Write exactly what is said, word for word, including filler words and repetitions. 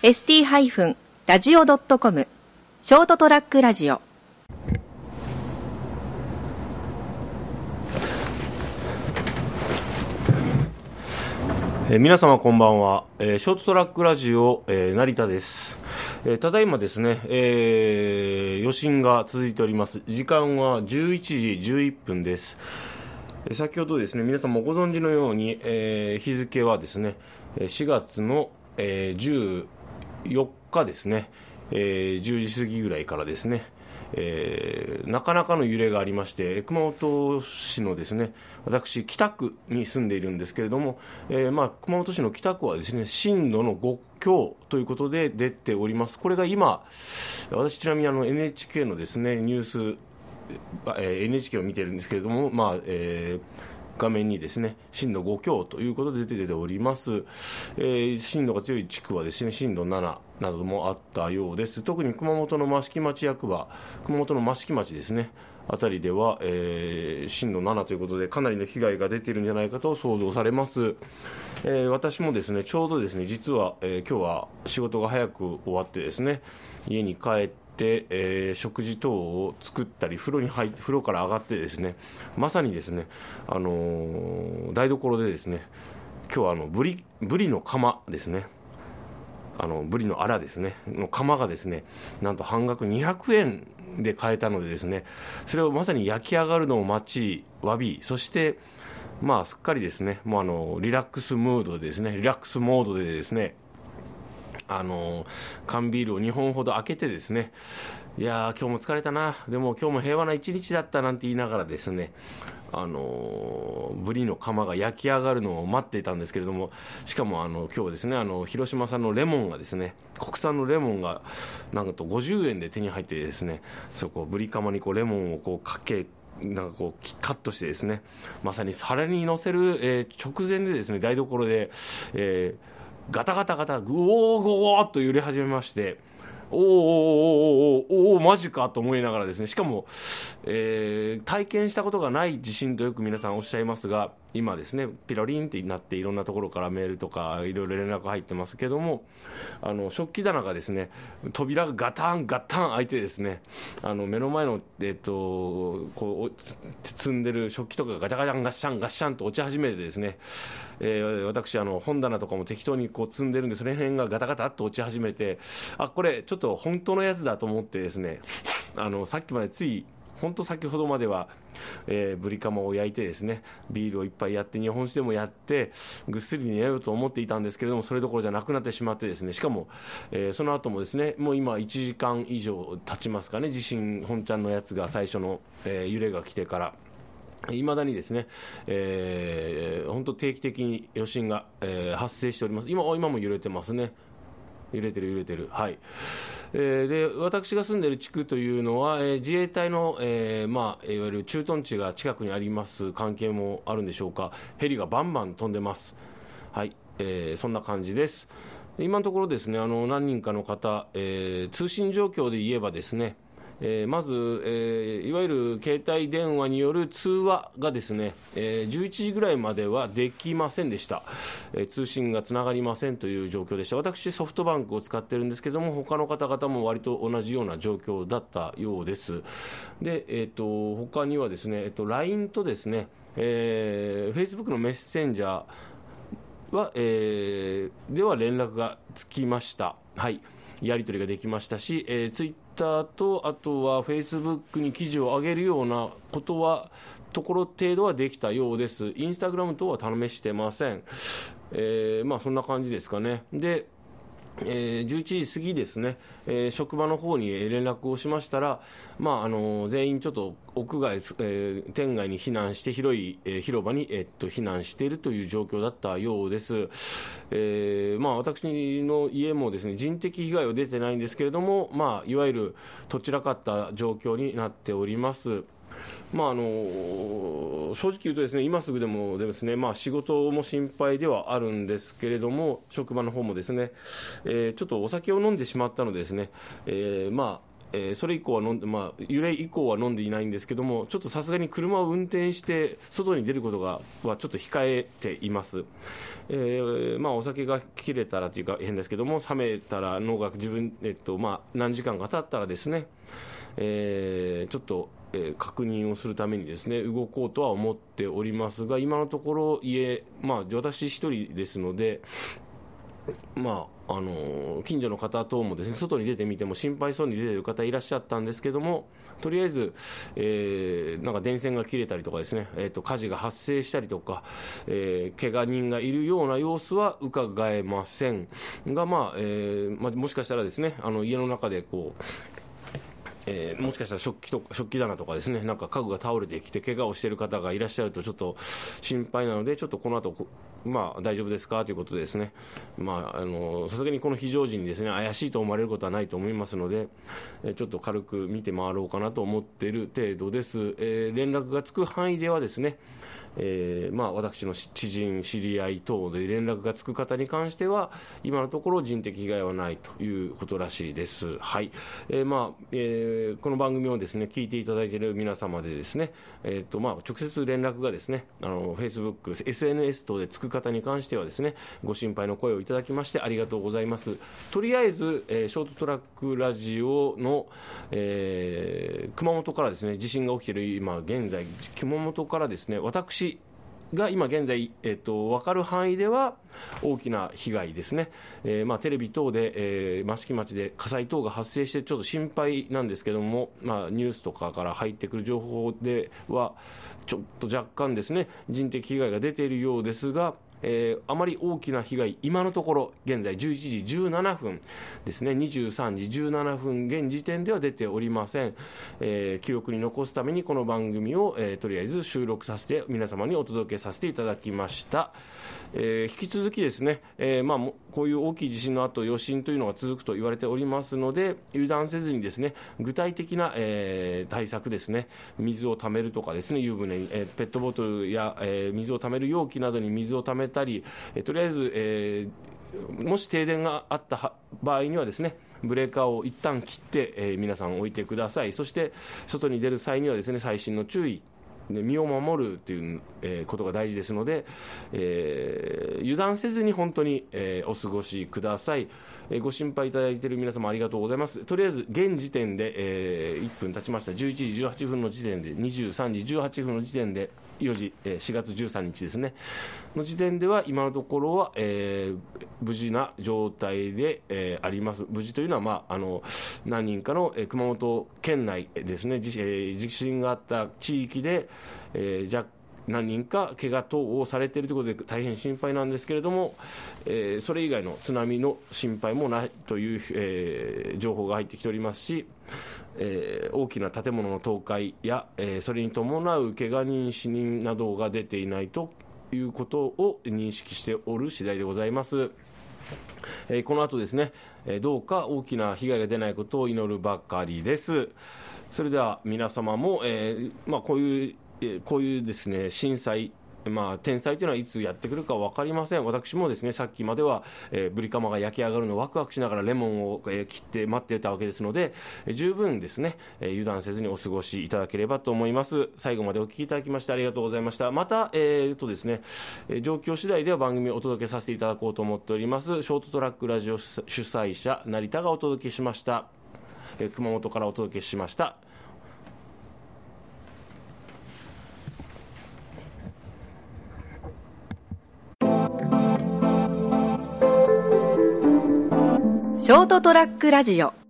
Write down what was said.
エスティー ラジオ ドットコム ショートトラックラジオ。 えー、皆様こんばんは、えー、ショートトラックラジオ、えー、成田です。えー、ただいまですね、えー、余震が続いております。時間はじゅういちじじゅういっぷんです。えー、先ほどですね、皆さんもご存知のように、えー、日付はですねしがつの、えー、じゅうよっかですね、えー、じゅうじ過ぎぐらいからですね、えー、なかなかの揺れがありまして、熊本市のですね、私北区に住んでいるんですけれども、えーまあ、熊本市の北区はですね震度のご強ということで出ております。これが今、私ちなみにあの エヌエイチケー のですねニュース、えー、エヌエイチケー を見ているんですけれども、まあえー画面にですね震度ご強ということで出ております。えー、震度が強い地区はですね震度なななどもあったようです。特に熊本の益城町役場、熊本の益城町ですねあたりでは、えー、震度ななということでかなりの被害が出ているんじゃないかと想像されます。えー、私もですねちょうどですね実は、えー、今日は仕事が早く終わってですね家に帰ってでえー、食事等を作ったり風呂に入風呂から上がってですねまさにですね、あのー、台所でですね今日はあのブリブリの釜ですねあのブリのアラですねの釜がですねなんと半額にひゃくえんで買えたのでですねそれをまさに焼き上がるのを待ちわびそしてまあすっかりですねもうあのリラックスムードでですねリラックスモードでですねあの缶ビールをにほんほど開けてですねいやー今日も疲れたなでも今日も平和な一日だったなんて言いながらですねあのブリの釜が焼き上がるのを待っていたんですけれどもしかもあの今日ですねあの広島産のレモンがですね国産のレモンがなんとごじゅうえんで手に入ってですねそこブリ釜にこうレモンをこうかけなんかこうカットしてですねまさに皿に乗せる、えー、直前でですね台所で、えーガタガタガタグオーゴーっと揺れ始めましておーおーおーおーおーマジかと思いながらですねしかも、えー、体験したことがない地震とよく皆さんおっしゃいますが今ですねピロリンってなっていろんなところからメールとかいろいろ連絡入ってますけどもあの食器棚がですね扉がガタンガタン開いてですねあの目の前の、えっと、こう積んでる食器とかがガチャガチャンガッシャンガッシャンと落ち始めてですね、えー、私あの本棚とかも適当にこう積んでるんでその辺がガタガタっと落ち始めてあこれちょっと本当のやつだと思ってですねあのさっきまでつい本当先ほどまでは、えー、ブリカマを焼いてですねビールを一杯やって日本酒でもやってぐっすり寝ようと思っていたんですけれどもそれどころじゃなくなってしまってですねしかも、えー、その後もですねもう今いちじかん以上経ちますかね地震本ちゃんのやつが最初の、えー、揺れが来てからいまだにですね、えー、本当定期的に余震が、えー、発生しております。今、今も揺れてますね。揺れてる揺れてる、はい。えー、で私が住んでいる地区というのは、えー、自衛隊の、えーまあ、いわゆる駐屯地が近くにあります関係もあるんでしょうかヘリがバンバン飛んでます、はいえー、そんな感じです。今のところですねあの何人かの方、えー、通信状況で言えばですねえー、まず、えー、いわゆる携帯電話による通話がですね、えー、じゅういちじぐらいまではできませんでした、えー、通信がつながりませんという状況でした。私ソフトバンクを使ってるんですけども他の方々も割と同じような状況だったようです。で、えー、と他にはですね、えー、と ライン とですね、えー、Facebook のメッセンジャーは、えー、では連絡がつきました。はいやり取りができましたし、えー、ツイッターとあとはフェイスブックに記事を上げるようなことはところ程度はできたようです。インスタグラム等は試してません、えー、まあそんな感じですかね。でえー、じゅういちじ過ぎですね、えー、職場の方に連絡をしましたら、まああのー、全員ちょっと屋外、えー、店外に避難して広い、えー、広場に、えー、っと避難しているという状況だったようです。えーまあ、私の家もですね人的被害は出てないんですけれども、まあ、いわゆるどちらかった状況になっております。まあ、あの正直言うとですね今すぐでもですね、まあ、仕事も心配ではあるんですけれども職場の方もですね、えー、ちょっとお酒を飲んでしまったのでですね、えーまあえー、それ以降は飲んで、まあ、揺れ以降は飲んでいないんですけども、ちょっとさすがに車を運転して外に出ることがはちょっと控えています。えーまあ、お酒が切れたらというか変ですけども、冷めたらのが自分、えっとまあ、何時間か経ったらですね、えー、ちょっと、えー、確認をするためにですね動こうとは思っておりますが、今のところ家、まあ、私一人ですので、まああのー、近所の方等もですね外に出てみても心配そうに出ている方いらっしゃったんですけども、とりあえず、えー、なんか電線が切れたりとかですね、えー、と火事が発生したりとか、えー、怪我人がいるような様子は伺えませんが、まあえーまあ、もしかしたらですねあの家の中でこうえー、もしかしたら食器とか食器棚とかですね、なんか家具が倒れてきて怪我をしている方がいらっしゃるとちょっと心配なので、ちょっとこの後まあ大丈夫ですかということでですね、まああのさすがにこの非常時にですね怪しいと思われることはないと思いますので、えー、ちょっと軽く見て回ろうかなと思っている程度です。えー、連絡がつく範囲ではですね、えーまあ、私の知人、知り合い等で連絡がつく方に関しては今のところ人的被害はないということらしいです。はい。えーまあえー、この番組をですね聞いていただいている皆様でですね、えーとまあ、直接連絡がですねあの Facebook、エスエヌエス 等でつく方に関してはですねご心配の声をいただきましてありがとうございます。とりあえず、えー、ショートトラックラジオの、えー、熊本からですね地震が起きている今現在熊本からですね私が今現在、えっと、分かる範囲では大きな被害ですね、えーまあ、テレビ等で、えー、益城町で火災等が発生してちょっと心配なんですけども、まあ、ニュースとかから入ってくる情報ではちょっと若干ですね人的被害が出ているようですが、えー、あまり大きな被害今のところ現在じゅういちじじゅうななふんですねにじゅうさんじじゅうななふん現時点では出ておりません。えー、記録に残すためにこの番組を、えー、とりあえず収録させて皆様にお届けさせていただきました。えー、引き続きですね、えーまあ、こういう大きい地震の後余震というのが続くと言われておりますので油断せずにですね具体的な、えー、対策ですね、水をためるとかですね湯船に、えー、ペットボトルや、えー、水をためる容器などに水をためたり、えー、とりあえず、えー、もし停電があった場合にはですねブレーカーを一旦切って、えー、皆さん置いてください。そして外に出る際にはですね細心の注意で身を守るという、えー、ことが大事ですので、えー、油断せずに本当に、えー、お過ごしください。えー、ご心配いただいている皆様ありがとうございます。とりあえず現時点で、えー、いっぷん経ちました。じゅういちじじゅうはっぷんの時点でにじゅうさんじじゅうはっぷんの時点でよじ、えー、しがつじゅうさんにちですねの時点では今のところは、えー、無事な状態で、えー、あります。無事というのは、まあ、あの何人かの、えー、熊本県内ですね 地,、えー、地震があった地域で、えー、若何人か怪我等をされているということで大変心配なんですけれども、えー、それ以外の津波の心配もないという、えー、情報が入ってきておりますし、えー、大きな建物の倒壊や、えー、それに伴う怪我人死人などが出ていないということを認識しておる次第でございます。えー、この後ですね、えー、どうか大きな被害が出ないことを祈るばかりです。それでは皆様も、えーまあ、こういうこういうですね震災、まあ、天災というのはいつやってくるか分かりません。私もですねさっきまでは、えー、ブリカマが焼き上がるのをワクワクしながらレモンを、えー、切って待っていたわけですので、えー、十分ですね、えー、油断せずにお過ごしいただければと思います。最後までお聞きいただきましてありがとうございました。また、えーとですね、状況次第では番組をお届けさせていただこうと思っております。ショートトラックラジオ主催者成田がお届けしました。えー、熊本からお届けしました。 ショートトラックラジオ